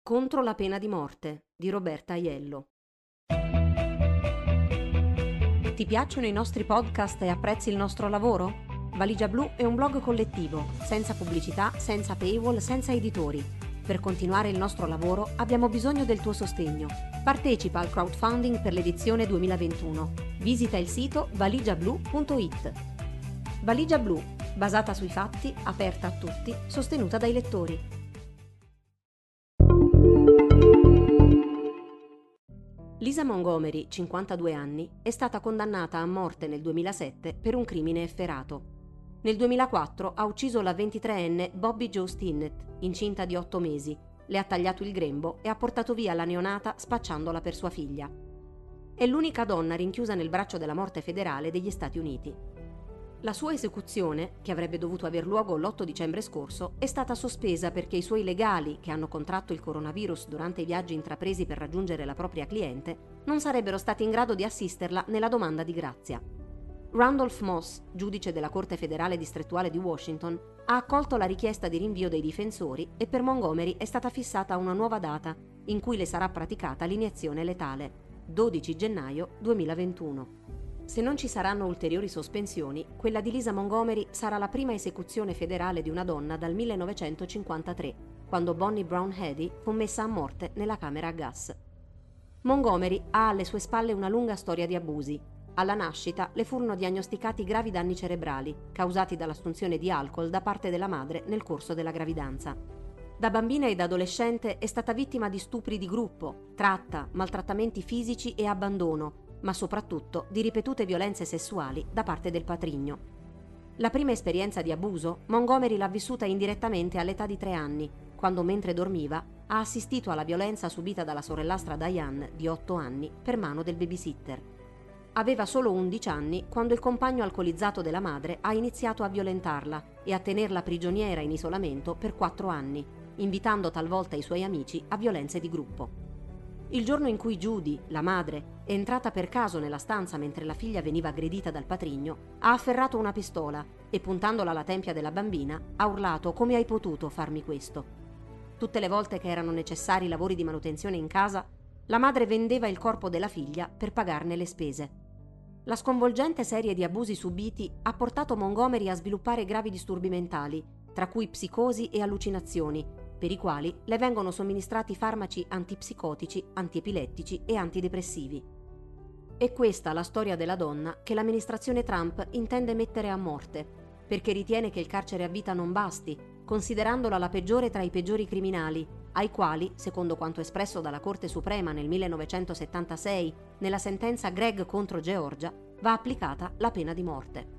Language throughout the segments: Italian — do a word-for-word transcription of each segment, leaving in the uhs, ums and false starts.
Contro la pena di morte di Roberta Aiello. Ti piacciono i nostri podcast e apprezzi il nostro lavoro? Valigia Blu è un blog collettivo, senza pubblicità, senza paywall, senza editori. Per continuare il nostro lavoro abbiamo bisogno del tuo sostegno. Partecipa al crowdfunding per l'edizione duemilaventuno. Visita il sito valigiablu punto it. Valigia Blu, basata sui fatti, aperta a tutti, sostenuta dai lettori. Lisa Montgomery, cinquantadue anni, è stata condannata a morte nel duemilasette per un crimine efferato. Nel duemilaquattro ha ucciso la ventitreenne Bobby Jo Stinnett, incinta di otto mesi, le ha tagliato il grembo e ha portato via la neonata spacciandola per sua figlia. È l'unica donna rinchiusa nel braccio della morte federale degli Stati Uniti. La sua esecuzione, che avrebbe dovuto aver luogo l'otto dicembre scorso, è stata sospesa perché i suoi legali, che hanno contratto il coronavirus durante i viaggi intrapresi per raggiungere la propria cliente, non sarebbero stati in grado di assisterla nella domanda di grazia. Randolph Moss, giudice della Corte federale distrettuale di Washington, ha accolto la richiesta di rinvio dei difensori e per Montgomery è stata fissata una nuova data in cui le sarà praticata l'iniezione letale, dodici gennaio duemilaventuno. Se non ci saranno ulteriori sospensioni, quella di Lisa Montgomery sarà la prima esecuzione federale di una donna dal millenovecentocinquantatré, quando Bonnie Brown Heady fu messa a morte nella camera a gas. Montgomery ha alle sue spalle una lunga storia di abusi. Alla nascita le furono diagnosticati gravi danni cerebrali, causati dall'assunzione di alcol da parte della madre nel corso della gravidanza. Da bambina ed adolescente è stata vittima di stupri di gruppo, tratta, maltrattamenti fisici e abbandono, ma soprattutto di ripetute violenze sessuali da parte del patrigno. La prima esperienza di abuso Montgomery l'ha vissuta indirettamente all'età di tre anni, quando mentre dormiva ha assistito alla violenza subita dalla sorellastra Diane, di otto anni, per mano del babysitter. Aveva solo undici anni quando il compagno alcolizzato della madre ha iniziato a violentarla e a tenerla prigioniera in isolamento per quattro anni, invitando talvolta i suoi amici a violenze di gruppo. Il giorno in cui Judy, la madre, è entrata per caso nella stanza mentre la figlia veniva aggredita dal patrigno, ha afferrato una pistola e, puntandola alla tempia della bambina, ha urlato: «Come hai potuto farmi questo?» Tutte le volte che erano necessari lavori di manutenzione in casa, la madre vendeva il corpo della figlia per pagarne le spese. La sconvolgente serie di abusi subiti ha portato Montgomery a sviluppare gravi disturbi mentali, tra cui psicosi e allucinazioni, per i quali le vengono somministrati farmaci antipsicotici, antiepilettici e antidepressivi. È questa la storia della donna che l'amministrazione Trump intende mettere a morte, perché ritiene che il carcere a vita non basti, considerandola la peggiore tra i peggiori criminali, ai quali, secondo quanto espresso dalla Corte Suprema nel millenovecentosettantasei nella sentenza Gregg contro Georgia, va applicata la pena di morte.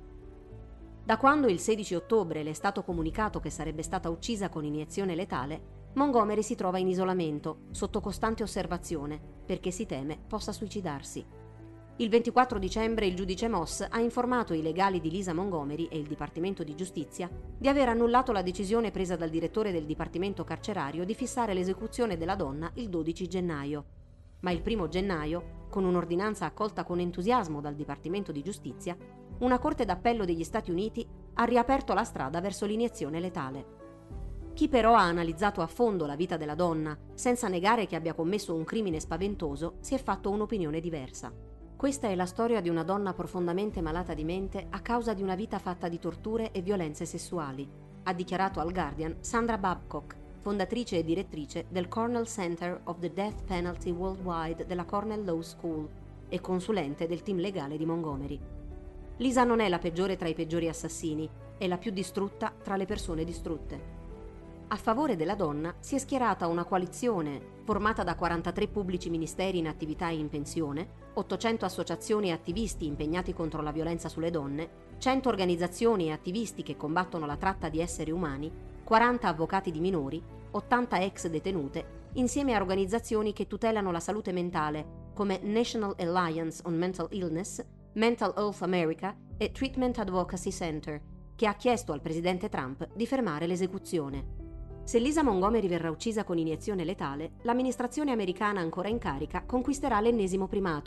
Da quando il sedici ottobre le è stato comunicato che sarebbe stata uccisa con iniezione letale, Montgomery si trova in isolamento, sotto costante osservazione, perché si teme possa suicidarsi. Il ventiquattro dicembre il giudice Moss ha informato i legali di Lisa Montgomery e il Dipartimento di Giustizia di aver annullato la decisione presa dal direttore del Dipartimento carcerario di fissare l'esecuzione della donna il dodici gennaio. Ma il primo gennaio, con un'ordinanza accolta con entusiasmo dal Dipartimento di Giustizia, una corte d'appello degli Stati Uniti ha riaperto la strada verso l'iniezione letale. Chi però ha analizzato a fondo la vita della donna, senza negare che abbia commesso un crimine spaventoso, si è fatto un'opinione diversa. Questa è la storia di una donna profondamente malata di mente a causa di una vita fatta di torture e violenze sessuali, ha dichiarato al Guardian Sandra Babcock, fondatrice e direttrice del Cornell Center of the Death Penalty Worldwide della Cornell Law School e consulente del team legale di Montgomery. Lisa non è la peggiore tra i peggiori assassini, è la più distrutta tra le persone distrutte. A favore della donna si è schierata una coalizione formata da quarantatré pubblici ministeri in attività e in pensione, ottocento associazioni e attivisti impegnati contro la violenza sulle donne, cento organizzazioni e attivisti che combattono la tratta di esseri umani, quaranta avvocati di minori, ottanta ex detenute, insieme a organizzazioni che tutelano la salute mentale come National Alliance on Mental Illness, Mental Health America e Treatment Advocacy Center, che ha chiesto al presidente Trump di fermare l'esecuzione. Se Lisa Montgomery verrà uccisa con iniezione letale, l'amministrazione americana ancora in carica conquisterà l'ennesimo primato,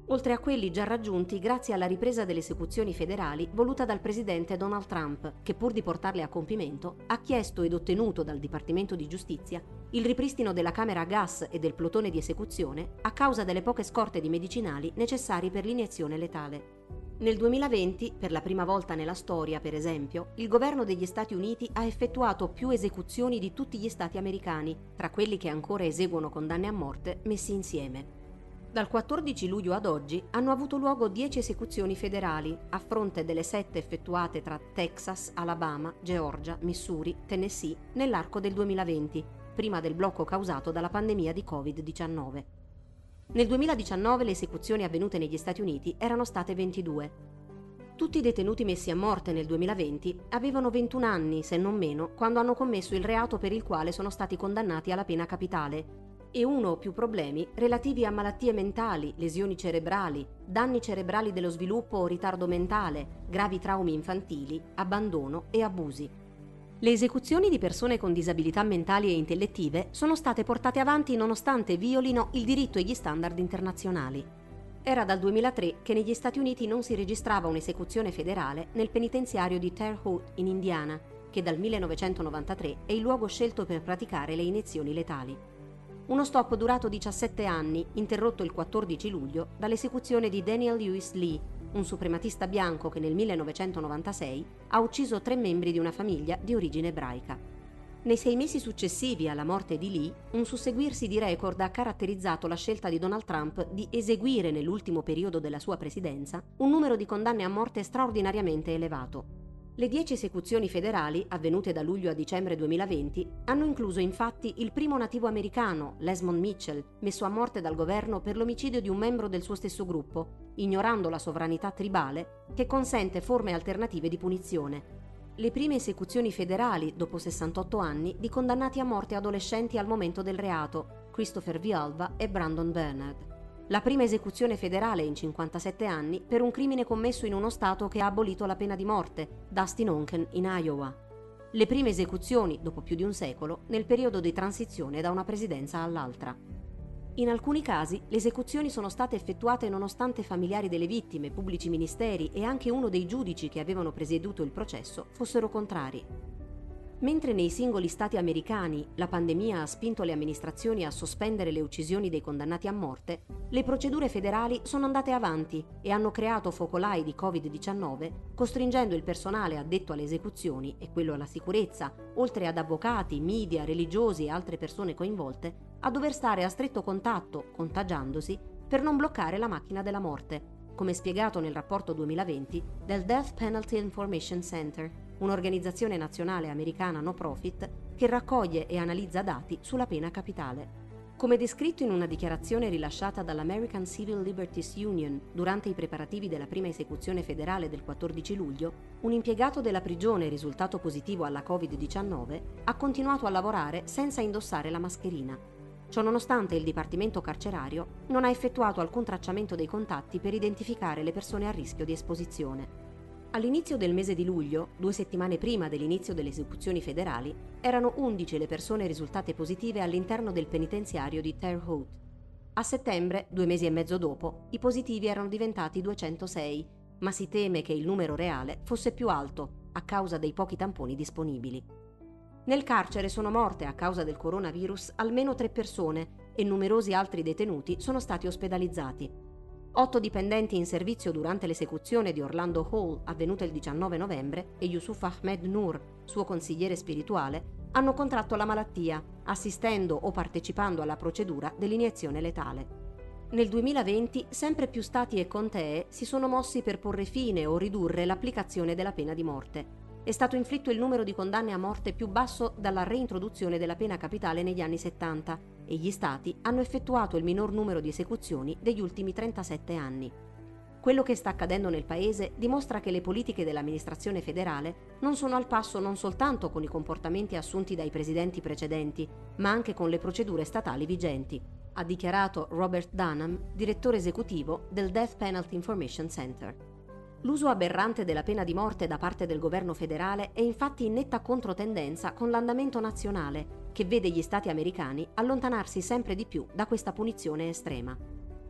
oltre a quelli già raggiunti grazie alla ripresa delle esecuzioni federali voluta dal presidente Donald Trump, che pur di portarle a compimento ha chiesto ed ottenuto dal Dipartimento di Giustizia il ripristino della camera a gas e del plotone di esecuzione a causa delle poche scorte di medicinali necessari per l'iniezione letale. Nel duemilaventi, per la prima volta nella storia, per esempio, il governo degli Stati Uniti ha effettuato più esecuzioni di tutti gli stati americani, tra quelli che ancora eseguono condanne a morte messi insieme. Dal quattordici luglio ad oggi hanno avuto luogo dieci esecuzioni federali, a fronte delle sette effettuate tra Texas, Alabama, Georgia, Missouri, Tennessee nell'arco del duemilaventi, prima del blocco causato dalla pandemia di covid diciannove. Nel duemiladiciannove le esecuzioni avvenute negli Stati Uniti erano state ventidue. Tutti i detenuti messi a morte nel duemilaventi avevano ventuno anni, se non meno, quando hanno commesso il reato per il quale sono stati condannati alla pena capitale, e uno o più problemi relativi a malattie mentali, lesioni cerebrali, danni cerebrali dello sviluppo o ritardo mentale, gravi traumi infantili, abbandono e abusi. Le esecuzioni di persone con disabilità mentali e intellettive sono state portate avanti nonostante violino il diritto e gli standard internazionali. Era dal duemilatré che negli Stati Uniti non si registrava un'esecuzione federale nel penitenziario di Terre Haute in Indiana, che dal millenovecentonovantatré è il luogo scelto per praticare le iniezioni letali. Uno stop durato diciassette anni, interrotto il quattordici luglio dall'esecuzione di Daniel Lewis Lee, un suprematista bianco che nel millenovecentonovantasei ha ucciso tre membri di una famiglia di origine ebraica. Nei sei mesi successivi alla morte di Lee, un susseguirsi di record ha caratterizzato la scelta di Donald Trump di eseguire nell'ultimo periodo della sua presidenza un numero di condanne a morte straordinariamente elevato. Le dieci esecuzioni federali, avvenute da luglio a dicembre duemilaventi, hanno incluso infatti il primo nativo americano, Lesmond Mitchell, messo a morte dal governo per l'omicidio di un membro del suo stesso gruppo, ignorando la sovranità tribale che consente forme alternative di punizione. Le prime esecuzioni federali, dopo sessantotto anni, di condannati a morte adolescenti al momento del reato, Christopher Villalba e Brandon Bernard. La prima esecuzione federale in cinquantasette anni per un crimine commesso in uno stato che ha abolito la pena di morte, Dustin Onken in Iowa. Le prime esecuzioni, dopo più di un secolo, nel periodo di transizione da una presidenza all'altra. In alcuni casi, le esecuzioni sono state effettuate nonostante familiari delle vittime, pubblici ministeri e anche uno dei giudici che avevano presieduto il processo fossero contrari. Mentre nei singoli stati americani la pandemia ha spinto le amministrazioni a sospendere le uccisioni dei condannati a morte, le procedure federali sono andate avanti e hanno creato focolai di covid diciannove, costringendo il personale addetto alle esecuzioni e quello alla sicurezza, oltre ad avvocati, media, religiosi e altre persone coinvolte, a dover stare a stretto contatto, contagiandosi, per non bloccare la macchina della morte, come spiegato nel rapporto duemilaventi del Death Penalty Information Center, un'organizzazione nazionale americana no profit che raccoglie e analizza dati sulla pena capitale. Come descritto in una dichiarazione rilasciata dall'American Civil Liberties Union durante i preparativi della prima esecuzione federale del quattordici luglio, un impiegato della prigione risultato positivo alla covid diciannove ha continuato a lavorare senza indossare la mascherina. Ciononostante il Dipartimento carcerario non ha effettuato alcun tracciamento dei contatti per identificare le persone a rischio di esposizione. All'inizio del mese di luglio, due settimane prima dell'inizio delle esecuzioni federali, erano undici le persone risultate positive all'interno del penitenziario di Terre Haute. A settembre, due mesi e mezzo dopo, i positivi erano diventati duecentosei, ma si teme che il numero reale fosse più alto a causa dei pochi tamponi disponibili. Nel carcere sono morte a causa del coronavirus almeno tre persone e numerosi altri detenuti sono stati ospedalizzati. Otto dipendenti in servizio durante l'esecuzione di Orlando Hall, avvenuta il diciannove novembre, e Yusuf Ahmed Nur, suo consigliere spirituale, hanno contratto la malattia, assistendo o partecipando alla procedura dell'iniezione letale. Nel duemilaventi sempre più stati e contee si sono mossi per porre fine o ridurre l'applicazione della pena di morte. È stato inflitto il numero di condanne a morte più basso dalla reintroduzione della pena capitale negli anni settanta e gli stati hanno effettuato il minor numero di esecuzioni degli ultimi trentasette anni. Quello che sta accadendo nel paese dimostra che le politiche dell'amministrazione federale non sono al passo non soltanto con i comportamenti assunti dai presidenti precedenti, ma anche con le procedure statali vigenti, ha dichiarato Robert Dunham, direttore esecutivo del Death Penalty Information Center. L'uso aberrante della pena di morte da parte del governo federale è infatti in netta controtendenza con l'andamento nazionale, che vede gli stati americani allontanarsi sempre di più da questa punizione estrema.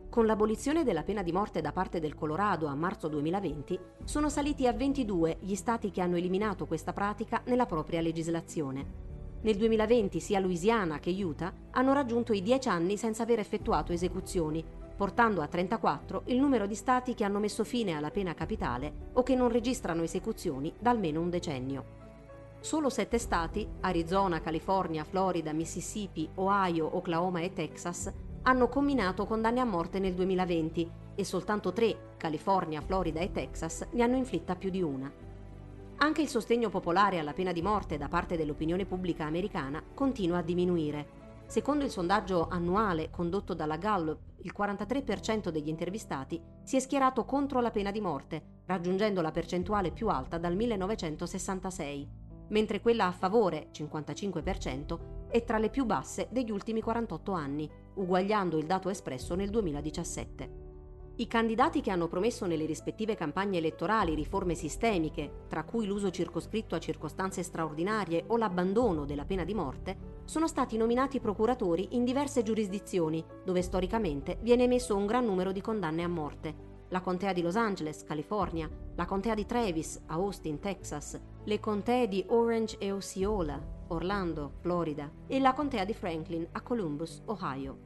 Con l'abolizione della pena di morte da parte del Colorado a marzo duemilaventi, sono saliti a ventidue gli stati che hanno eliminato questa pratica nella propria legislazione. Nel duemilaventi sia Louisiana che Utah hanno raggiunto i dieci anni senza aver effettuato esecuzioni, portando a trentaquattro il numero di stati che hanno messo fine alla pena capitale o che non registrano esecuzioni da almeno un decennio. Solo sette stati, Arizona, California, Florida, Mississippi, Ohio, Oklahoma e Texas, hanno comminato condanne a morte nel duemilaventi e soltanto tre, California, Florida e Texas, ne hanno inflitta più di una. Anche il sostegno popolare alla pena di morte da parte dell'opinione pubblica americana continua a diminuire. Secondo il sondaggio annuale condotto dalla Gallup, il quarantatré per cento degli intervistati si è schierato contro la pena di morte, raggiungendo la percentuale più alta dal millenovecentosessantasei, mentre quella a favore, cinquantacinque per cento, è tra le più basse degli ultimi quarantotto anni, uguagliando il dato espresso nel duemiladiciassette. I candidati che hanno promesso nelle rispettive campagne elettorali riforme sistemiche, tra cui l'uso circoscritto a circostanze straordinarie o l'abbandono della pena di morte, sono stati nominati procuratori in diverse giurisdizioni, dove storicamente viene emesso un gran numero di condanne a morte. La contea di Los Angeles, California, la contea di Travis, a Austin, Texas, le contee di Orange e Osceola, Orlando, Florida, e la contea di Franklin, a Columbus, Ohio.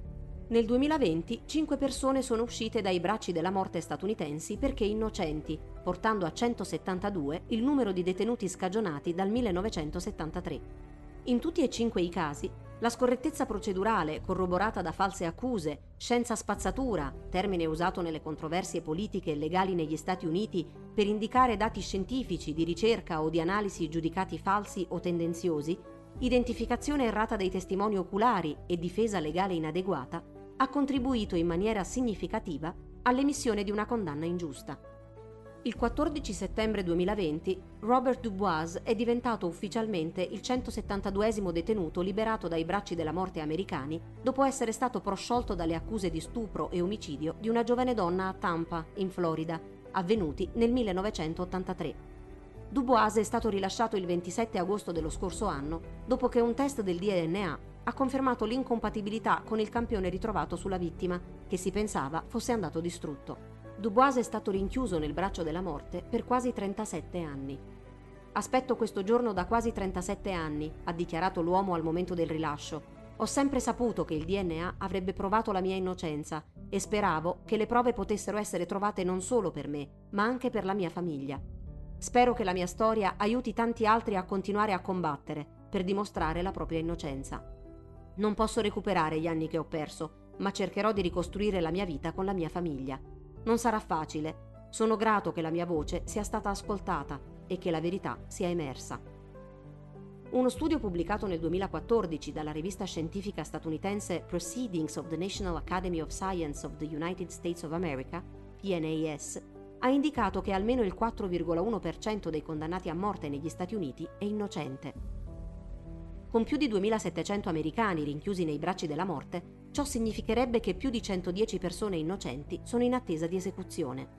Nel duemilaventi, cinque persone sono uscite dai bracci della morte statunitensi perché innocenti, portando a centosettantadue il numero di detenuti scagionati dal millenovecentosettantatré. In tutti e cinque i casi, la scorrettezza procedurale, corroborata da false accuse, scienza spazzatura, termine usato nelle controversie politiche e legali negli Stati Uniti per indicare dati scientifici di ricerca o di analisi giudicati falsi o tendenziosi, identificazione errata dei testimoni oculari e difesa legale inadeguata, ha contribuito in maniera significativa all'emissione di una condanna ingiusta. Il quattordici settembre duemilaventi, Robert Dubois è diventato ufficialmente il centosettantaduesimo detenuto liberato dai bracci della morte americani dopo essere stato prosciolto dalle accuse di stupro e omicidio di una giovane donna a Tampa, in Florida, avvenuti nel millenovecentottantatré. Dubois è stato rilasciato il ventisette agosto dello scorso anno dopo che un test del D N A ha confermato l'incompatibilità con il campione ritrovato sulla vittima, che si pensava fosse andato distrutto. Dubois è stato rinchiuso nel braccio della morte per quasi trentasette anni. Aspetto questo giorno da quasi trentasette anni, ha dichiarato l'uomo al momento del rilascio. Ho sempre saputo che il D N A avrebbe provato la mia innocenza e speravo che le prove potessero essere trovate non solo per me, ma anche per la mia famiglia. Spero che la mia storia aiuti tanti altri a continuare a combattere per dimostrare la propria innocenza. Non posso recuperare gli anni che ho perso, ma cercherò di ricostruire la mia vita con la mia famiglia. Non sarà facile. Sono grato che la mia voce sia stata ascoltata e che la verità sia emersa. Uno studio pubblicato nel duemilaquattordici dalla rivista scientifica statunitense Proceedings of the National Academy of Science of the United States of America, P N A S, ha indicato che almeno il quattro virgola uno per cento dei condannati a morte negli Stati Uniti è innocente. Con più di duemilasettecento americani rinchiusi nei bracci della morte, ciò significherebbe che più di centodieci persone innocenti sono in attesa di esecuzione.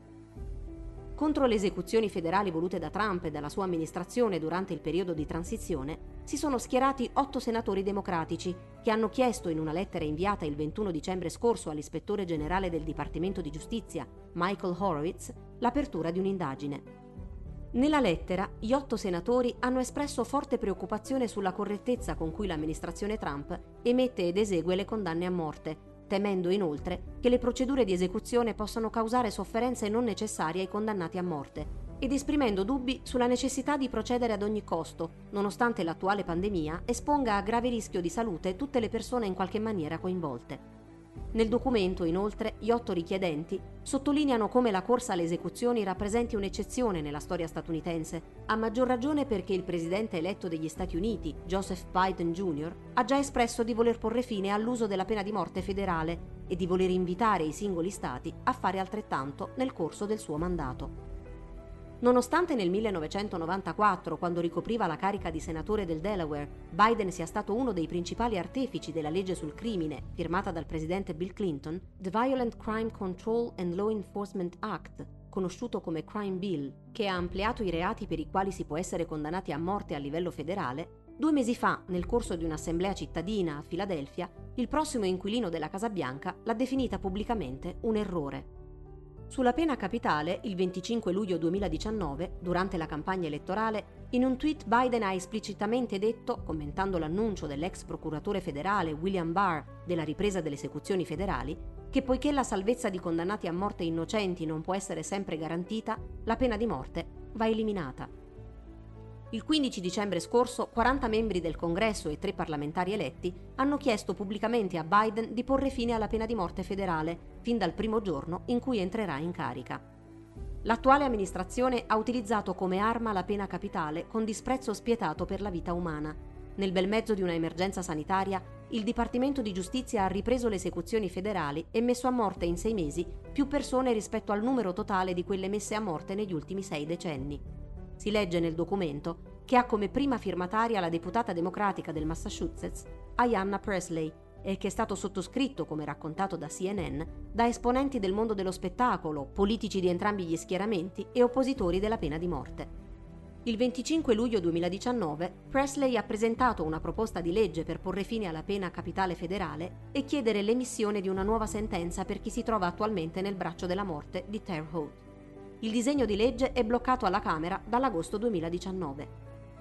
Contro le esecuzioni federali volute da Trump e dalla sua amministrazione durante il periodo di transizione, si sono schierati otto senatori democratici che hanno chiesto in una lettera inviata il ventuno dicembre scorso all'ispettore generale del Dipartimento di Giustizia, Michael Horowitz, l'apertura di un'indagine. Nella lettera, gli otto senatori hanno espresso forte preoccupazione sulla correttezza con cui l'amministrazione Trump emette ed esegue le condanne a morte, temendo inoltre che le procedure di esecuzione possano causare sofferenze non necessarie ai condannati a morte, ed esprimendo dubbi sulla necessità di procedere ad ogni costo, nonostante l'attuale pandemia esponga a grave rischio di salute tutte le persone in qualche maniera coinvolte. Nel documento, inoltre, gli otto richiedenti sottolineano come la corsa alle esecuzioni rappresenti un'eccezione nella storia statunitense, a maggior ragione perché il presidente eletto degli Stati Uniti, Joseph Biden Junior, ha già espresso di voler porre fine all'uso della pena di morte federale e di voler invitare i singoli stati a fare altrettanto nel corso del suo mandato. Nonostante nel millenovecentonovantaquattro, quando ricopriva la carica di senatore del Delaware, Biden sia stato uno dei principali artefici della legge sul crimine, firmata dal presidente Bill Clinton, The Violent Crime Control and Law Enforcement Act, conosciuto come Crime Bill, che ha ampliato i reati per i quali si può essere condannati a morte a livello federale, due mesi fa, nel corso di un'assemblea cittadina a Filadelfia, il prossimo inquilino della Casa Bianca l'ha definita pubblicamente un errore. Sulla pena capitale, il venticinque luglio duemiladiciannove, durante la campagna elettorale, in un tweet Biden ha esplicitamente detto, commentando l'annuncio dell'ex procuratore federale William Barr della ripresa delle esecuzioni federali, che poiché la salvezza di condannati a morte innocenti non può essere sempre garantita, la pena di morte va eliminata. Il quindici dicembre scorso, quaranta membri del Congresso e tre parlamentari eletti hanno chiesto pubblicamente a Biden di porre fine alla pena di morte federale, fin dal primo giorno in cui entrerà in carica. L'attuale amministrazione ha utilizzato come arma la pena capitale con disprezzo spietato per la vita umana. Nel bel mezzo di una emergenza sanitaria, il Dipartimento di Giustizia ha ripreso le esecuzioni federali e messo a morte in sei mesi più persone rispetto al numero totale di quelle messe a morte negli ultimi sei decenni. Si legge nel documento che ha come prima firmataria la deputata democratica del Massachusetts, Ayanna Pressley, e che è stato sottoscritto, come raccontato da C N N, da esponenti del mondo dello spettacolo, politici di entrambi gli schieramenti e oppositori della pena di morte. Il venticinque luglio duemiladiciannove, Pressley ha presentato una proposta di legge per porre fine alla pena capitale federale e chiedere l'emissione di una nuova sentenza per chi si trova attualmente nel braccio della morte di Terre Haute. Il disegno di legge è bloccato alla Camera dall'agosto duemiladiciannove.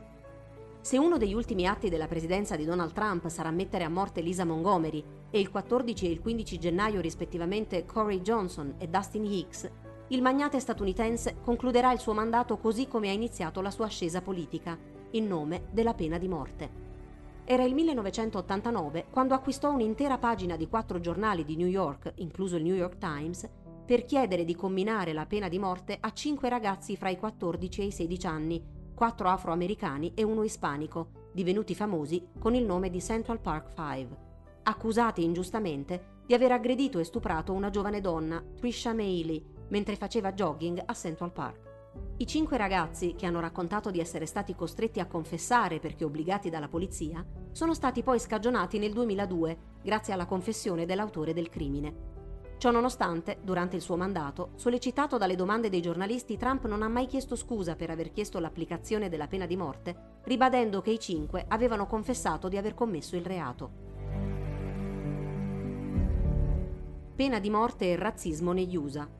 Se uno degli ultimi atti della presidenza di Donald Trump sarà mettere a morte Lisa Montgomery e il quattordici e il quindici gennaio rispettivamente Corey Johnson e Dustin Hicks, il magnate statunitense concluderà il suo mandato così come ha iniziato la sua ascesa politica, in nome della pena di morte. Era il millenovecentottantanove quando acquistò un'intera pagina di quattro giornali di New York, incluso il New York Times, per chiedere di comminare la pena di morte a cinque ragazzi fra i quattordici e i sedici anni, quattro afroamericani e uno ispanico, divenuti famosi con il nome di Central Park Five, accusati ingiustamente di aver aggredito e stuprato una giovane donna, Trisha Meili, mentre faceva jogging a Central Park. I cinque ragazzi, che hanno raccontato di essere stati costretti a confessare perché obbligati dalla polizia, sono stati poi scagionati nel duemiladue grazie alla confessione dell'autore del crimine. Ciononostante, durante il suo mandato, sollecitato dalle domande dei giornalisti, Trump non ha mai chiesto scusa per aver chiesto l'applicazione della pena di morte, ribadendo che i cinque avevano confessato di aver commesso il reato. Pena di morte e razzismo negli U S A.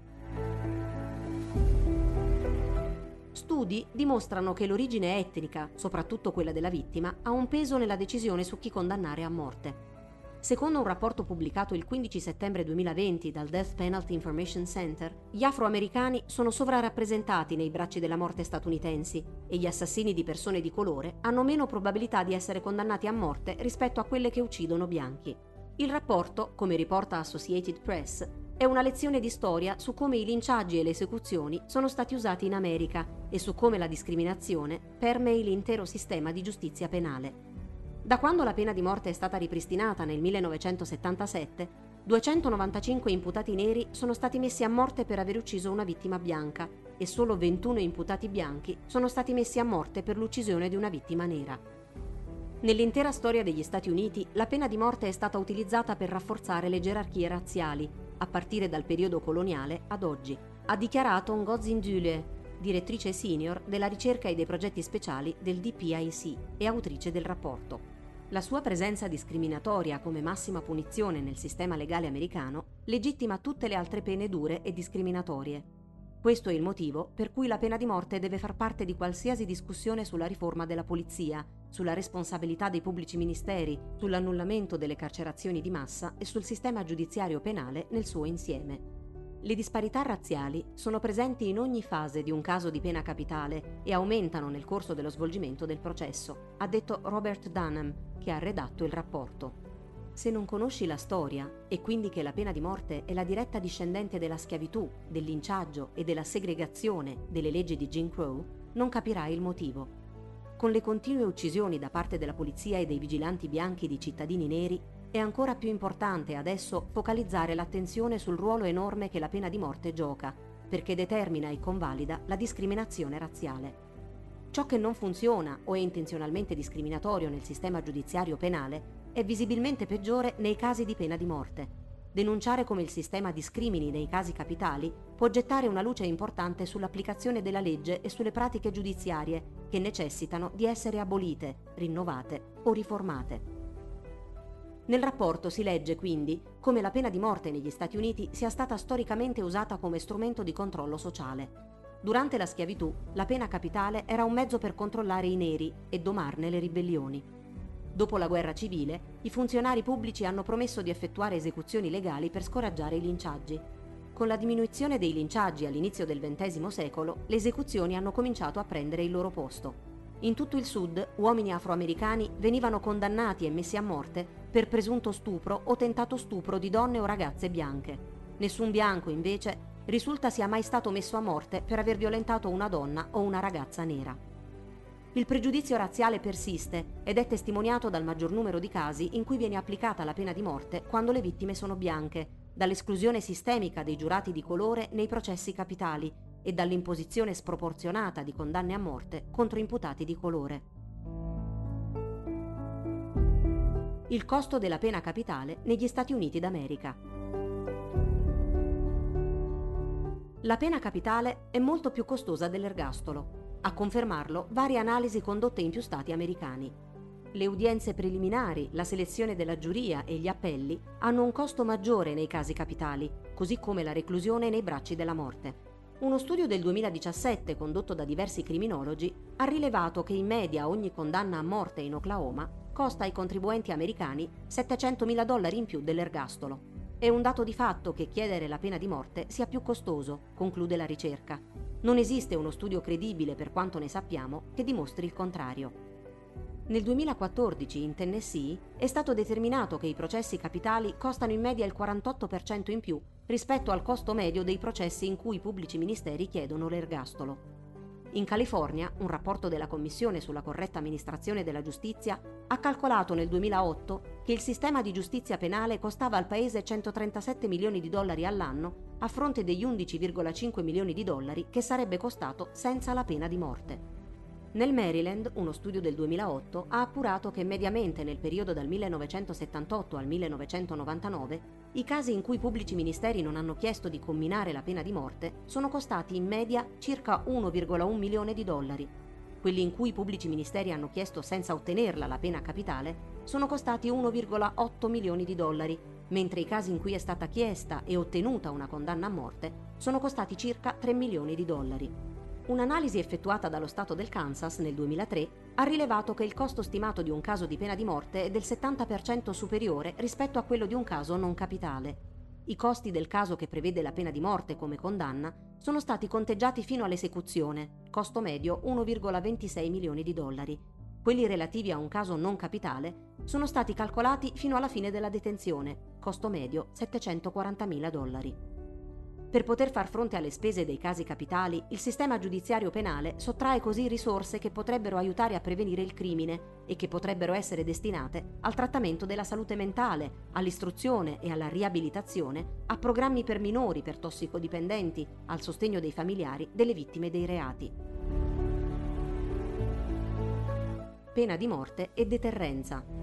Studi dimostrano che l'origine etnica, soprattutto quella della vittima, ha un peso nella decisione su chi condannare a morte. Secondo un rapporto pubblicato il quindici settembre duemilaventi dal Death Penalty Information Center, gli afroamericani sono sovrarappresentati nei bracci della morte statunitensi e gli assassini di persone di colore hanno meno probabilità di essere condannati a morte rispetto a quelle che uccidono bianchi. Il rapporto, come riporta Associated Press, è una lezione di storia su come i linciaggi e le esecuzioni sono stati usati in America e su come la discriminazione permei l'intero sistema di giustizia penale. Da quando la pena di morte è stata ripristinata nel millenovecentosettantasette, duecentonovantacinque imputati neri sono stati messi a morte per aver ucciso una vittima bianca e solo ventuno imputati bianchi sono stati messi a morte per l'uccisione di una vittima nera. Nell'intera storia degli Stati Uniti, la pena di morte è stata utilizzata per rafforzare le gerarchie razziali, a partire dal periodo coloniale ad oggi, ha dichiarato Ngozi Ndule, direttrice senior della ricerca e dei progetti speciali del D P I C e autrice del rapporto. La sua presenza discriminatoria come massima punizione nel sistema legale americano legittima tutte le altre pene dure e discriminatorie. Questo è il motivo per cui la pena di morte deve far parte di qualsiasi discussione sulla riforma della polizia, sulla responsabilità dei pubblici ministeri, sull'annullamento delle carcerazioni di massa e sul sistema giudiziario penale nel suo insieme. Le disparità razziali sono presenti in ogni fase di un caso di pena capitale e aumentano nel corso dello svolgimento del processo, ha detto Robert Dunham, che ha redatto il rapporto. Se non conosci la storia, e quindi che la pena di morte è la diretta discendente della schiavitù, del linciaggio e della segregazione delle leggi di Jim Crow, non capirai il motivo. Con le continue uccisioni da parte della polizia e dei vigilanti bianchi di cittadini neri, è ancora più importante adesso focalizzare l'attenzione sul ruolo enorme che la pena di morte gioca, perché determina e convalida la discriminazione razziale. Ciò che non funziona o è intenzionalmente discriminatorio nel sistema giudiziario penale è visibilmente peggiore nei casi di pena di morte. denunciare come il sistema discrimini nei casi capitali può gettare una luce importante sull'applicazione della legge e sulle pratiche giudiziarie che necessitano di essere abolite, rinnovate o riformate. Nel rapporto si legge quindi come la pena di morte negli Stati Uniti sia stata storicamente usata come strumento di controllo sociale. Durante la schiavitù, la pena capitale era un mezzo per controllare i neri e domarne le ribellioni. Dopo la guerra civile, i funzionari pubblici hanno promesso di effettuare esecuzioni legali per scoraggiare i linciaggi. Con la diminuzione dei linciaggi all'inizio del ventesimo secolo, le esecuzioni hanno cominciato a prendere il loro posto. In tutto il sud, uomini afroamericani venivano condannati e messi a morte per presunto stupro o tentato stupro di donne o ragazze bianche. Nessun bianco, invece, risulta sia mai stato messo a morte per aver violentato una donna o una ragazza nera. Il pregiudizio razziale persiste ed è testimoniato dal maggior numero di casi in cui viene applicata la pena di morte quando le vittime sono bianche, dall'esclusione sistemica dei giurati di colore nei processi capitali e dall'imposizione sproporzionata di condanne a morte contro imputati di colore. Il costo della pena capitale negli Stati Uniti d'America. La pena capitale è molto più costosa dell'ergastolo. A confermarlo varie analisi condotte in più stati americani. Le udienze preliminari, la selezione della giuria e gli appelli hanno un costo maggiore nei casi capitali, così come la reclusione nei bracci della morte. Uno studio del duemiladiciassette condotto da diversi criminologi ha rilevato che in media ogni condanna a morte in Oklahoma costa ai contribuenti americani settecentomila dollari in più dell'ergastolo. È un dato di fatto che chiedere la pena di morte sia più costoso, conclude la ricerca. Non esiste uno studio credibile, per quanto ne sappiamo, che dimostri il contrario. Nel duemilaquattordici in Tennessee è stato determinato che i processi capitali costano in media il quarantotto per cento in più rispetto al costo medio dei processi in cui i pubblici ministeri chiedono l'ergastolo. In California, un rapporto della Commissione sulla corretta amministrazione della giustizia ha calcolato nel duemilaotto che il sistema di giustizia penale costava al paese centotrentasette milioni di dollari all'anno a fronte degli undici virgola cinque milioni di dollari che sarebbe costato senza la pena di morte. Nel Maryland, uno studio del duemilaotto ha appurato che mediamente nel periodo dal millenovecentosettantotto al millenovecentonovantanove i casi in cui i pubblici ministeri non hanno chiesto di comminare la pena di morte sono costati in media circa uno virgola uno milione di dollari. Quelli in cui i pubblici ministeri hanno chiesto senza ottenerla la pena capitale sono costati uno virgola otto milioni di dollari, mentre i casi in cui è stata chiesta e ottenuta una condanna a morte sono costati circa tre milioni di dollari. Un'analisi effettuata dallo Stato del Kansas nel duemilatré ha rilevato che il costo stimato di un caso di pena di morte è del settanta per cento superiore rispetto a quello di un caso non capitale. I costi del caso che prevede la pena di morte come condanna sono stati conteggiati fino all'esecuzione, costo medio uno virgola ventisei milioni di dollari. Quelli relativi a un caso non capitale sono stati calcolati fino alla fine della detenzione, costo medio settecentoquarantamila dollari. Per poter far fronte alle spese dei casi capitali, il sistema giudiziario penale sottrae così risorse che potrebbero aiutare a prevenire il crimine e che potrebbero essere destinate al trattamento della salute mentale, all'istruzione e alla riabilitazione, a programmi per minori, per tossicodipendenti, al sostegno dei familiari delle vittime dei reati. Pena di morte e deterrenza.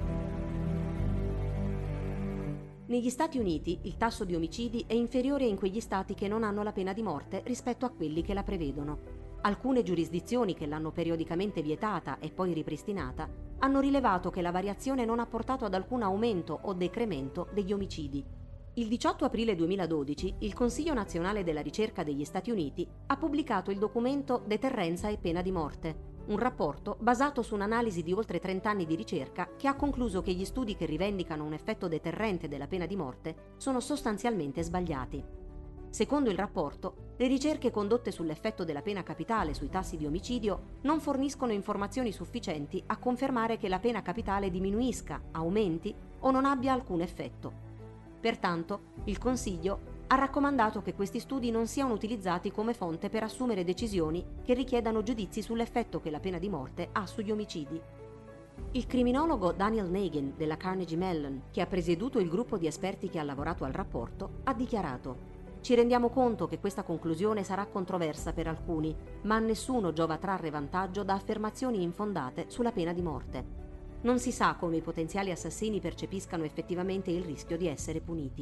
Negli Stati Uniti il tasso di omicidi è inferiore in quegli stati che non hanno la pena di morte rispetto a quelli che la prevedono. Alcune giurisdizioni che l'hanno periodicamente vietata e poi ripristinata hanno rilevato che la variazione non ha portato ad alcun aumento o decremento degli omicidi. Il diciotto aprile duemiladodici il Consiglio Nazionale della Ricerca degli Stati Uniti ha pubblicato il documento Deterrenza e pena di morte, un rapporto basato su un'analisi di oltre trenta anni di ricerca che ha concluso che gli studi che rivendicano un effetto deterrente della pena di morte sono sostanzialmente sbagliati. Secondo il rapporto, le ricerche condotte sull'effetto della pena capitale sui tassi di omicidio non forniscono informazioni sufficienti a confermare che la pena capitale diminuisca, aumenti o non abbia alcun effetto. Pertanto, il Consiglio ha raccomandato che questi studi non siano utilizzati come fonte per assumere decisioni che richiedano giudizi sull'effetto che la pena di morte ha sugli omicidi. Il criminologo Daniel Nagin della Carnegie Mellon, che ha presieduto il gruppo di esperti che ha lavorato al rapporto, ha dichiarato: «Ci rendiamo conto che questa conclusione sarà controversa per alcuni, ma a nessuno giova trarre vantaggio da affermazioni infondate sulla pena di morte. Non si sa come i potenziali assassini percepiscano effettivamente il rischio di essere puniti».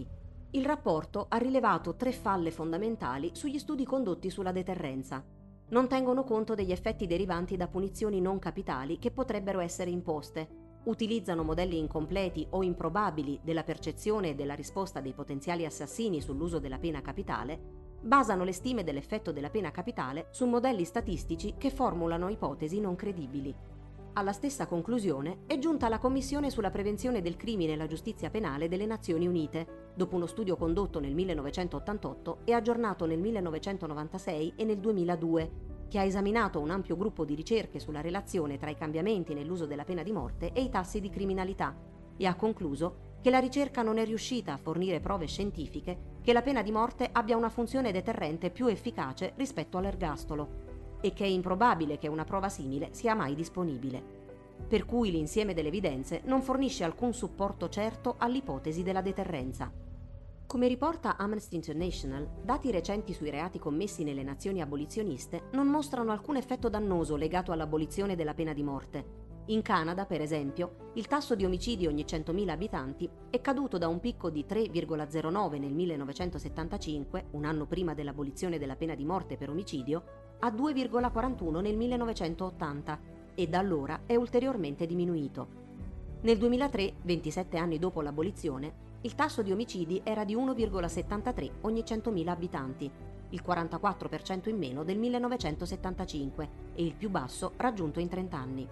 Il rapporto ha rilevato tre falle fondamentali sugli studi condotti sulla deterrenza. Non tengono conto degli effetti derivanti da punizioni non capitali che potrebbero essere imposte, utilizzano modelli incompleti o improbabili della percezione e della risposta dei potenziali assassini sull'uso della pena capitale, basano le stime dell'effetto della pena capitale su modelli statistici che formulano ipotesi non credibili. Alla stessa conclusione è giunta la Commissione sulla prevenzione del crimine e la giustizia penale delle Nazioni Unite, dopo uno studio condotto nel millenovecentottantotto e aggiornato nel millenovecentonovantasei e nel duemiladue, che ha esaminato un ampio gruppo di ricerche sulla relazione tra i cambiamenti nell'uso della pena di morte e i tassi di criminalità, e ha concluso che la ricerca non è riuscita a fornire prove scientifiche che la pena di morte abbia una funzione deterrente più efficace rispetto all'ergastolo, e che è improbabile che una prova simile sia mai disponibile. Per cui l'insieme delle evidenze non fornisce alcun supporto certo all'ipotesi della deterrenza. Come riporta Amnesty International, dati recenti sui reati commessi nelle nazioni abolizioniste non mostrano alcun effetto dannoso legato all'abolizione della pena di morte. In Canada, per esempio, il tasso di omicidi ogni centomila abitanti è caduto da un picco di tre virgola zero nove nel millenovecentosettantacinque, un anno prima dell'abolizione della pena di morte per omicidio, a due virgola quarantuno nel millenovecentottanta e da allora è ulteriormente diminuito. Nel duemilatré, ventisette anni dopo l'abolizione, il tasso di omicidi era di uno virgola settantatré ogni centomila abitanti, il quarantaquattro per cento in meno del millenovecentosettantacinque e il più basso raggiunto in trenta anni.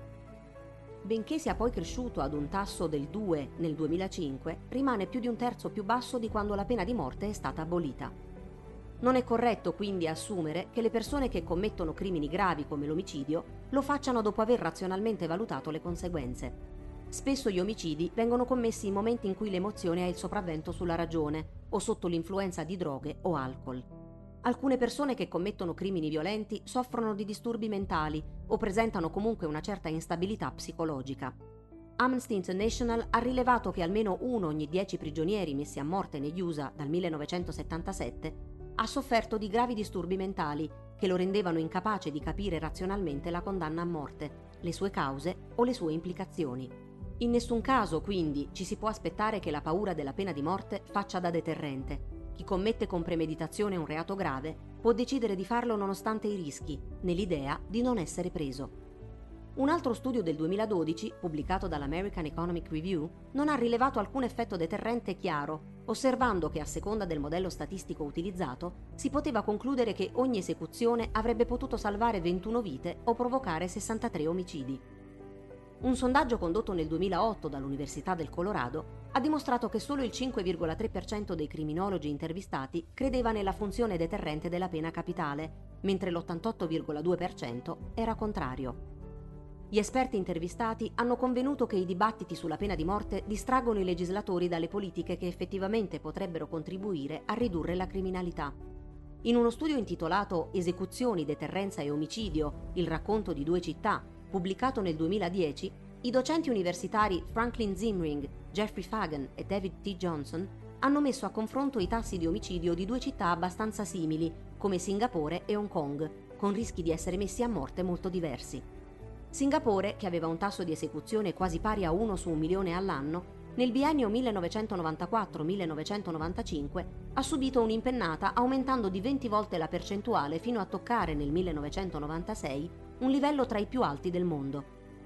Benché sia poi cresciuto ad un tasso del due nel duemilacinque, rimane più di un terzo più basso di quando la pena di morte è stata abolita. Non è corretto quindi assumere che le persone che commettono crimini gravi come l'omicidio lo facciano dopo aver razionalmente valutato le conseguenze. Spesso gli omicidi vengono commessi in momenti in cui l'emozione ha il sopravvento sulla ragione o sotto l'influenza di droghe o alcol. Alcune persone che commettono crimini violenti soffrono di disturbi mentali o presentano comunque una certa instabilità psicologica. Amnesty International ha rilevato che almeno uno ogni dieci prigionieri messi a morte negli U S A dal millenovecentosettantasette ha sofferto di gravi disturbi mentali che lo rendevano incapace di capire razionalmente la condanna a morte, le sue cause o le sue implicazioni. In nessun caso, quindi, ci si può aspettare che la paura della pena di morte faccia da deterrente. Chi commette con premeditazione un reato grave può decidere di farlo nonostante i rischi, nell'idea di non essere preso. Un altro studio del duemiladodici, pubblicato dall'American Economic Review, non ha rilevato alcun effetto deterrente chiaro, osservando che a seconda del modello statistico utilizzato si poteva concludere che ogni esecuzione avrebbe potuto salvare ventuno vite o provocare sessantatré omicidi. Un sondaggio condotto nel duemilaotto dall'Università del Colorado ha dimostrato che solo il cinque virgola tre per cento dei criminologi intervistati credeva nella funzione deterrente della pena capitale, mentre l'ottantotto virgola due per cento era contrario. Gli esperti intervistati hanno convenuto che i dibattiti sulla pena di morte distraggono i legislatori dalle politiche che effettivamente potrebbero contribuire a ridurre la criminalità. In uno studio intitolato Esecuzioni, deterrenza e omicidio, il racconto di due città, pubblicato nel duemiladieci, i docenti universitari Franklin Zimring, Jeffrey Fagan e David T. Johnson hanno messo a confronto i tassi di omicidio di due città abbastanza simili, come Singapore e Hong Kong, con rischi di essere messi a morte molto diversi. Singapore, che aveva un tasso di esecuzione quasi pari a uno su un milione all'anno, nel biennio millenovecentonovantaquattro millenovecentonovantacinque ha subito un'impennata aumentando di venti volte la percentuale fino a toccare nel millenovecentonovantasei un livello tra i più alti del mondo.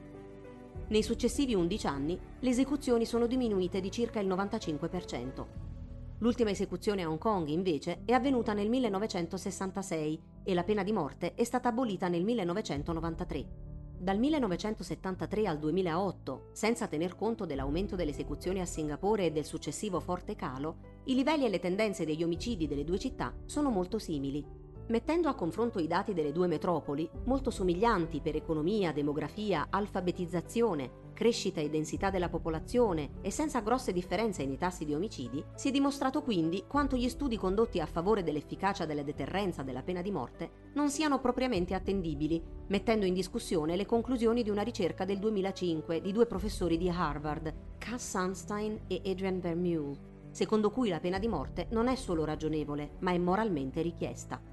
Nei successivi undici anni le esecuzioni sono diminuite di circa il novantacinque per cento. L'ultima esecuzione a Hong Kong, invece, è avvenuta nel millenovecentosessantasei e la pena di morte è stata abolita nel millenovecentonovantatré. Dal millenovecentosettantatré al duemilaotto, senza tener conto dell'aumento delle esecuzioni a Singapore e del successivo forte calo, i livelli e le tendenze degli omicidi delle due città sono molto simili. Mettendo a confronto i dati delle due metropoli, molto somiglianti per economia, demografia, alfabetizzazione, crescita e densità della popolazione e senza grosse differenze nei tassi di omicidi, si è dimostrato quindi quanto gli studi condotti a favore dell'efficacia della deterrenza della pena di morte non siano propriamente attendibili, mettendo in discussione le conclusioni di una ricerca del duemilacinque di due professori di Harvard, Cass Sunstein e Adrian Vermeule, secondo cui la pena di morte non è solo ragionevole, ma è moralmente richiesta.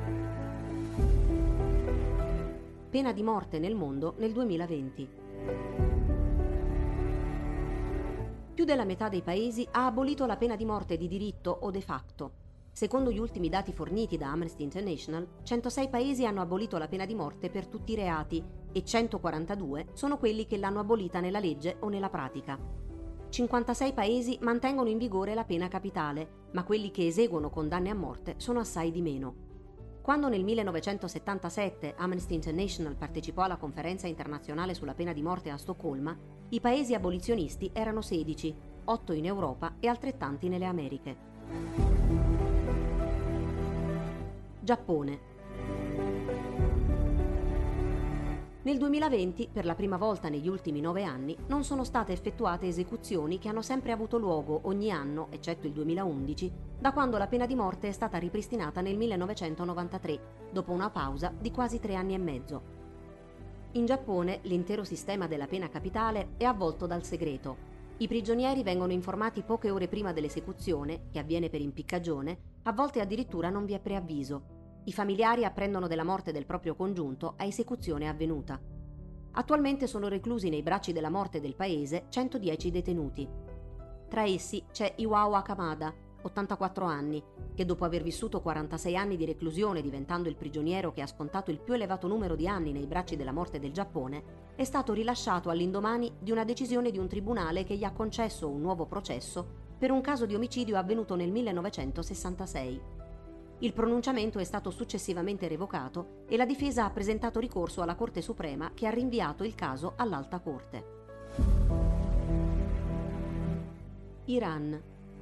Pena di morte nel mondo nel duemilaventi. Più della metà dei paesi ha abolito la pena di morte di diritto o de facto. Secondo gli ultimi dati forniti da Amnesty International, centosei paesi hanno abolito la pena di morte per tutti i reati e centoquarantadue sono quelli che l'hanno abolita nella legge o nella pratica. cinquantasei paesi mantengono in vigore la pena capitale, ma quelli che eseguono condanne a morte sono assai di meno. Quando nel millenovecentosettantasette Amnesty International partecipò alla conferenza internazionale sulla pena di morte a Stoccolma, i paesi abolizionisti erano sedici, otto in Europa e altrettanti nelle Americhe. Giappone. Nel duemilaventi, per la prima volta negli ultimi nove anni, non sono state effettuate esecuzioni che hanno sempre avuto luogo ogni anno, eccetto il duemilaundici, da quando la pena di morte è stata ripristinata nel millenovecentonovantatré, dopo una pausa di quasi tre anni e mezzo. In Giappone l'intero sistema della pena capitale è avvolto dal segreto. I prigionieri vengono informati poche ore prima dell'esecuzione, che avviene per impiccagione, a volte addirittura non vi è preavviso. I familiari apprendono della morte del proprio congiunto a esecuzione avvenuta. Attualmente sono reclusi nei bracci della morte del paese centodieci detenuti. Tra essi c'è Iwao Akamada, ottantaquattro anni, che dopo aver vissuto quarantasei anni di reclusione diventando il prigioniero che ha scontato il più elevato numero di anni nei bracci della morte del Giappone, è stato rilasciato all'indomani di una decisione di un tribunale che gli ha concesso un nuovo processo per un caso di omicidio avvenuto nel millenovecentosessantasei. Il pronunciamento è stato successivamente revocato e la difesa ha presentato ricorso alla Corte Suprema che ha rinviato il caso all'Alta Corte. Iran.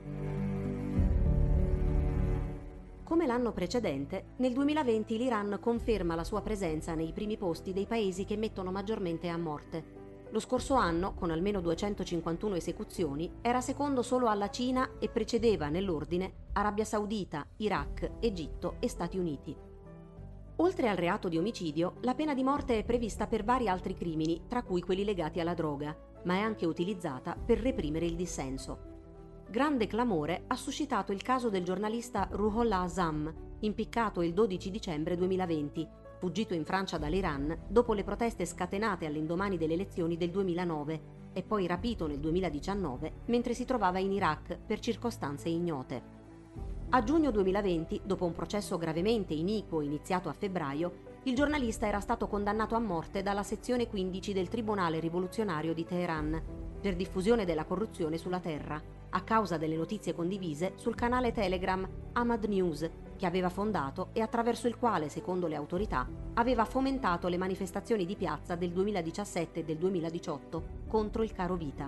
Come l'anno precedente, nel duemilaventi l'Iran conferma la sua presenza nei primi posti dei paesi che mettono maggiormente a morte. Lo scorso anno, con almeno duecentocinquantuno esecuzioni, era secondo solo alla Cina e precedeva nell'ordine Arabia Saudita, Iraq, Egitto e Stati Uniti. Oltre al reato di omicidio, la pena di morte è prevista per vari altri crimini, tra cui quelli legati alla droga, ma è anche utilizzata per reprimere il dissenso. Grande clamore ha suscitato il caso del giornalista Ruhollah Azam, impiccato il dodici dicembre duemilaventi, fuggito in Francia dall'Iran dopo le proteste scatenate all'indomani delle elezioni del duemilanove e poi rapito nel duemiladiciannove mentre si trovava in Iraq per circostanze ignote. A giugno duemilaventi, dopo un processo gravemente iniquo iniziato a febbraio, il giornalista era stato condannato a morte dalla sezione quindici del Tribunale rivoluzionario di Teheran per diffusione della corruzione sulla terra, a causa delle notizie condivise sul canale Telegram Ahmad News, che aveva fondato e attraverso il quale, secondo le autorità, aveva fomentato le manifestazioni di piazza del duemiladiciassette e del duemiladiciotto contro il caro vita.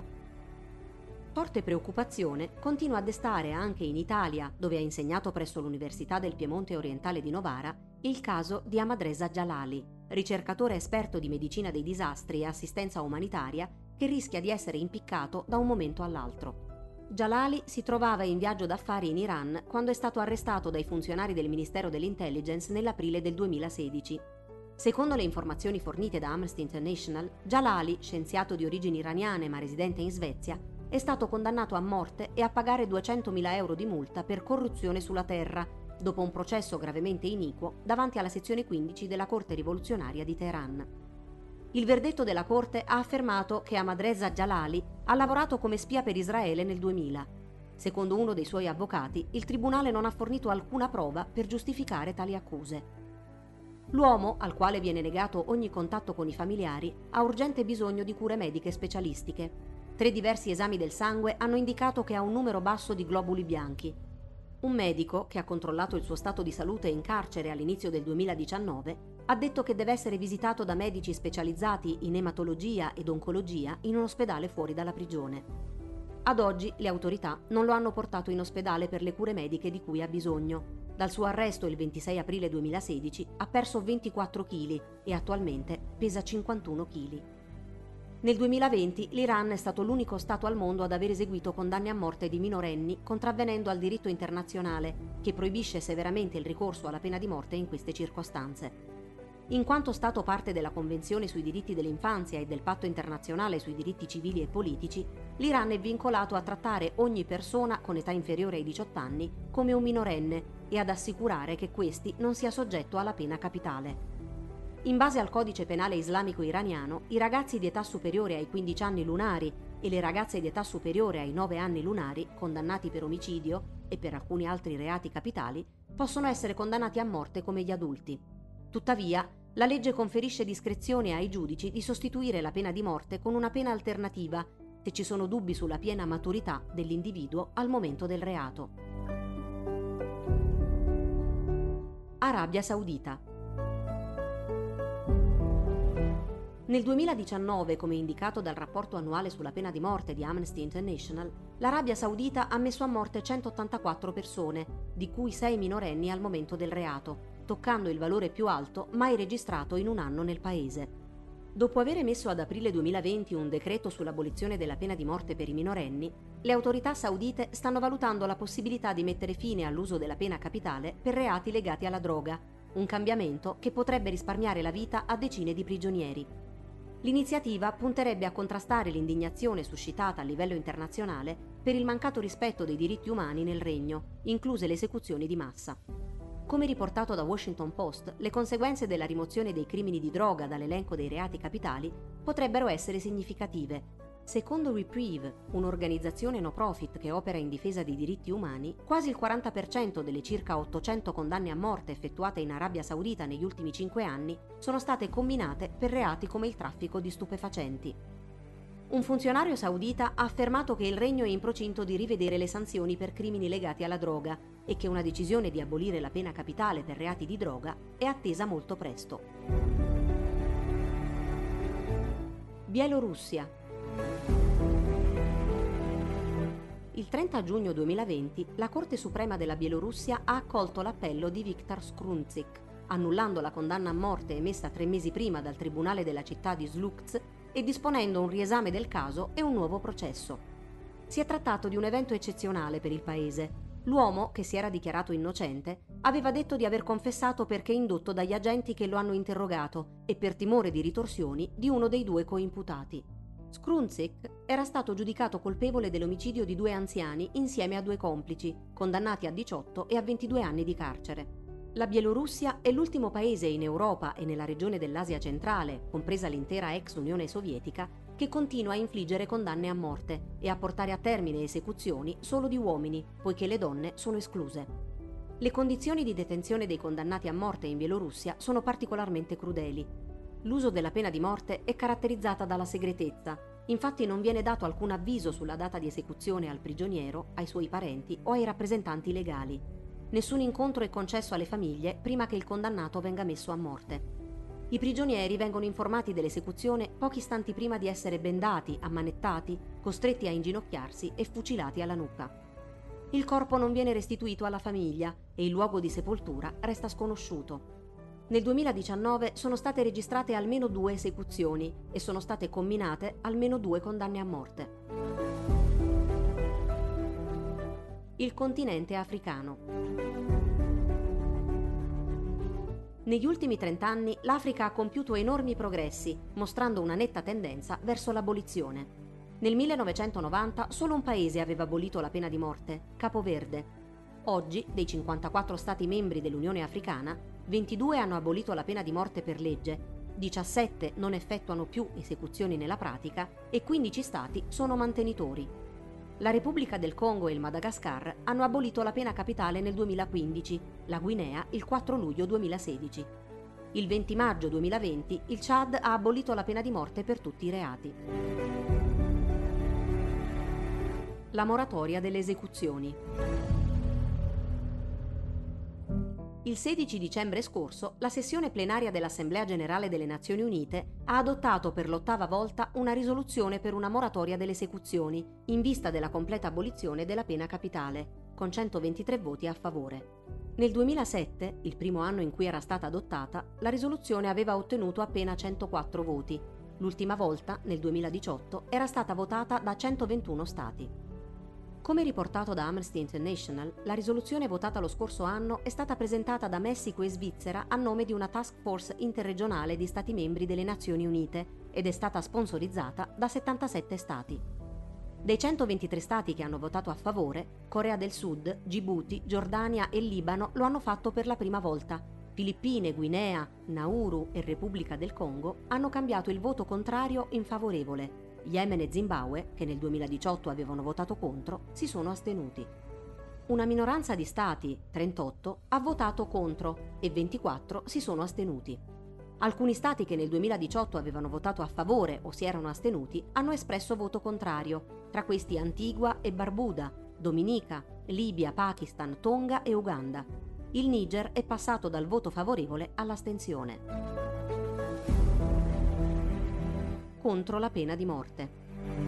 Forte preoccupazione continua a destare anche in Italia, dove ha insegnato presso l'Università del Piemonte Orientale di Novara, il caso di Ahmadreza Jalali, ricercatore esperto di medicina dei disastri e assistenza umanitaria che rischia di essere impiccato da un momento all'altro. Jalali si trovava in viaggio d'affari in Iran quando è stato arrestato dai funzionari del Ministero dell'Intelligence nell'aprile del duemilasedici. Secondo le informazioni fornite da Amnesty International, Jalali, scienziato di origini iraniane ma residente in Svezia, è stato condannato a morte e a pagare duecentomila euro di multa per corruzione sulla terra, dopo un processo gravemente iniquo davanti alla sezione quindici della Corte rivoluzionaria di Teheran. Il verdetto della Corte ha affermato che Ahmadreza Jalali ha lavorato come spia per Israele nel duemila. Secondo uno dei suoi avvocati, il tribunale non ha fornito alcuna prova per giustificare tali accuse. L'uomo, al quale viene negato ogni contatto con i familiari, ha urgente bisogno di cure mediche specialistiche. Tre diversi esami del sangue hanno indicato che ha un numero basso di globuli bianchi. Un medico, che ha controllato il suo stato di salute in carcere all'inizio del duemiladiciannove, ha detto che deve essere visitato da medici specializzati in ematologia ed oncologia in un ospedale fuori dalla prigione. Ad oggi le autorità non lo hanno portato in ospedale per le cure mediche di cui ha bisogno. Dal suo arresto il ventisei aprile duemilasedici ha perso ventiquattro chili e attualmente pesa cinquantuno chili. Nel duemilaventi l'Iran è stato l'unico Stato al mondo ad aver eseguito condanne a morte di minorenni, contravvenendo al diritto internazionale, che proibisce severamente il ricorso alla pena di morte in queste circostanze. In quanto Stato parte della Convenzione sui diritti dell'infanzia e del Patto internazionale sui diritti civili e politici, l'Iran è vincolato a trattare ogni persona con età inferiore ai diciotto anni come un minorenne e ad assicurare che questi non sia soggetto alla pena capitale. In base al codice penale islamico iraniano, i ragazzi di età superiore ai quindici anni lunari e le ragazze di età superiore ai nove anni lunari, condannati per omicidio e per alcuni altri reati capitali, possono essere condannati a morte come gli adulti. Tuttavia, la legge conferisce discrezione ai giudici di sostituire la pena di morte con una pena alternativa se ci sono dubbi sulla piena maturità dell'individuo al momento del reato. Arabia Saudita. Nel duemiladiciannove, come indicato dal rapporto annuale sulla pena di morte di Amnesty International, l'Arabia Saudita ha messo a morte centottantaquattro persone, di cui sei minorenni al momento del reato, toccando il valore più alto mai registrato in un anno nel paese. Dopo aver emesso ad aprile duemilaventi un decreto sull'abolizione della pena di morte per i minorenni, le autorità saudite stanno valutando la possibilità di mettere fine all'uso della pena capitale per reati legati alla droga, un cambiamento che potrebbe risparmiare la vita a decine di prigionieri. L'iniziativa punterebbe a contrastare l'indignazione suscitata a livello internazionale per il mancato rispetto dei diritti umani nel regno, incluse le esecuzioni di massa. Come riportato da Washington Post, le conseguenze della rimozione dei crimini di droga dall'elenco dei reati capitali potrebbero essere significative. Secondo Reprieve, un'organizzazione no profit che opera in difesa dei diritti umani, quasi il quaranta per cento delle circa ottocento condanne a morte effettuate in Arabia Saudita negli ultimi cinque anni sono state comminate per reati come il traffico di stupefacenti. Un funzionario saudita ha affermato che il regno è in procinto di rivedere le sanzioni per crimini legati alla droga e che una decisione di abolire la pena capitale per reati di droga è attesa molto presto. Bielorussia. Il trenta giugno duemilaventi la Corte Suprema della Bielorussia ha accolto l'appello di Viktor Skrunczyk, annullando la condanna a morte emessa tre mesi prima dal tribunale della città di Słupsk e disponendo un riesame del caso e un nuovo processo. Si è trattato di un evento eccezionale per il paese. L'uomo, che si era dichiarato innocente, aveva detto di aver confessato perché indotto dagli agenti che lo hanno interrogato e per timore di ritorsioni di uno dei due coimputati. Skrunczyk era stato giudicato colpevole dell'omicidio di due anziani insieme a due complici, condannati a diciotto e a ventidue anni di carcere. La Bielorussia è l'ultimo paese in Europa e nella regione dell'Asia centrale, compresa l'intera ex Unione Sovietica, che continua a infliggere condanne a morte e a portare a termine esecuzioni solo di uomini, poiché le donne sono escluse. Le condizioni di detenzione dei condannati a morte in Bielorussia sono particolarmente crudeli. L'uso della pena di morte è caratterizzata dalla segretezza, infatti non viene dato alcun avviso sulla data di esecuzione al prigioniero, ai suoi parenti o ai rappresentanti legali. Nessun incontro è concesso alle famiglie prima che il condannato venga messo a morte. I prigionieri vengono informati dell'esecuzione pochi istanti prima di essere bendati, ammanettati, costretti a inginocchiarsi e fucilati alla nuca. Il corpo non viene restituito alla famiglia e il luogo di sepoltura resta sconosciuto. Nel duemiladiciannove sono state registrate almeno due esecuzioni e sono state comminate almeno due condanne a morte. Il continente africano. Negli ultimi trent'anni l'Africa ha compiuto enormi progressi, mostrando una netta tendenza verso l'abolizione. Nel millenovecentonovanta solo un paese aveva abolito la pena di morte, Capo Verde. Oggi, dei cinquantaquattro Stati membri dell'Unione Africana, ventidue hanno abolito la pena di morte per legge, diciassette non effettuano più esecuzioni nella pratica e quindici Stati sono mantenitori. La Repubblica del Congo e il Madagascar hanno abolito la pena capitale nel duemilaquindici, la Guinea il quattro luglio duemilasedici. Il venti maggio duemilaventi il Chad ha abolito la pena di morte per tutti i reati. La moratoria delle esecuzioni. Il sedici dicembre scorso, la sessione plenaria dell'Assemblea Generale delle Nazioni Unite ha adottato per l'ottava volta una risoluzione per una moratoria delle esecuzioni, in vista della completa abolizione della pena capitale, con centoventitré voti a favore. Nel duemilasette, il primo anno in cui era stata adottata, la risoluzione aveva ottenuto appena centoquattro voti. L'ultima volta, nel duemiladiciotto, era stata votata da centoventuno Stati. Come riportato da Amnesty International, la risoluzione votata lo scorso anno è stata presentata da Messico e Svizzera a nome di una task force interregionale di Stati membri delle Nazioni Unite ed è stata sponsorizzata da settantasette Stati. Dei centoventitré Stati che hanno votato a favore, Corea del Sud, Gibuti, Giordania e Libano lo hanno fatto per la prima volta. Filippine, Guinea, Nauru e Repubblica del Congo hanno cambiato il voto contrario in favorevole. Yemen e Zimbabwe, che nel duemiladiciotto avevano votato contro, si sono astenuti. Una minoranza di stati, trentotto, ha votato contro e ventiquattro si sono astenuti. Alcuni stati che nel duemiladiciotto avevano votato a favore o si erano astenuti hanno espresso voto contrario, tra questi Antigua e Barbuda, Dominica, Libia, Pakistan, Tonga e Uganda. Il Niger è passato dal voto favorevole all'astensione. Contro la pena di morte.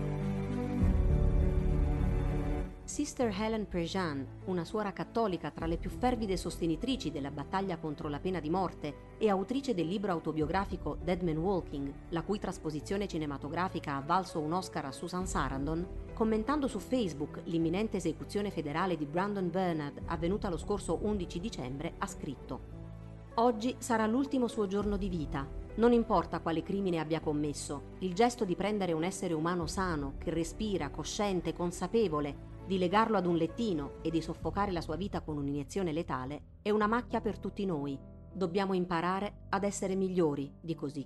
Sister Helen Prejean, una suora cattolica tra le più fervide sostenitrici della battaglia contro la pena di morte e autrice del libro autobiografico Dead Man Walking, la cui trasposizione cinematografica ha valso un Oscar a Susan Sarandon, commentando su Facebook l'imminente esecuzione federale di Brandon Bernard avvenuta lo scorso undici dicembre, ha scritto: «Oggi sarà l'ultimo suo giorno di vita. Non importa quale crimine abbia commesso, il gesto di prendere un essere umano sano, che respira, cosciente, consapevole, di legarlo ad un lettino e di soffocare la sua vita con un'iniezione letale è una macchia per tutti noi. Dobbiamo imparare ad essere migliori di così».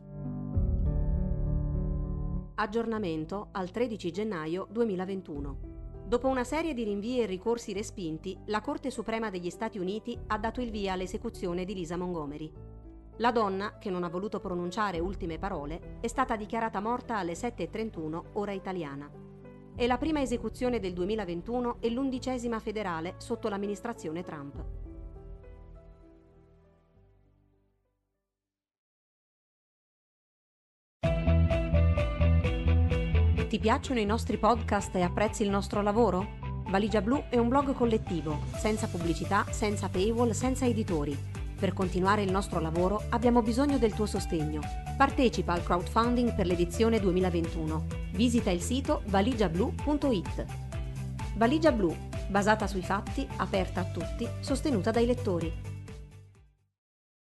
Aggiornamento al tredici gennaio duemilaventuno. Dopo una serie di rinvii e ricorsi respinti, la Corte Suprema degli Stati Uniti ha dato il via all'esecuzione di Lisa Montgomery. La donna, che non ha voluto pronunciare ultime parole, è stata dichiarata morta alle sette e trentuno ora italiana. È la prima esecuzione del duemilaventuno e l'undicesima federale sotto l'amministrazione Trump. Ti piacciono i nostri podcast e apprezzi il nostro lavoro? Valigia Blu è un blog collettivo, senza pubblicità, senza paywall, senza editori. Per continuare il nostro lavoro abbiamo bisogno del tuo sostegno. Partecipa al crowdfunding per l'edizione duemilaventuno. Visita il sito valigiablu punto it. Valigia Blu, basata sui fatti, aperta a tutti, sostenuta dai lettori.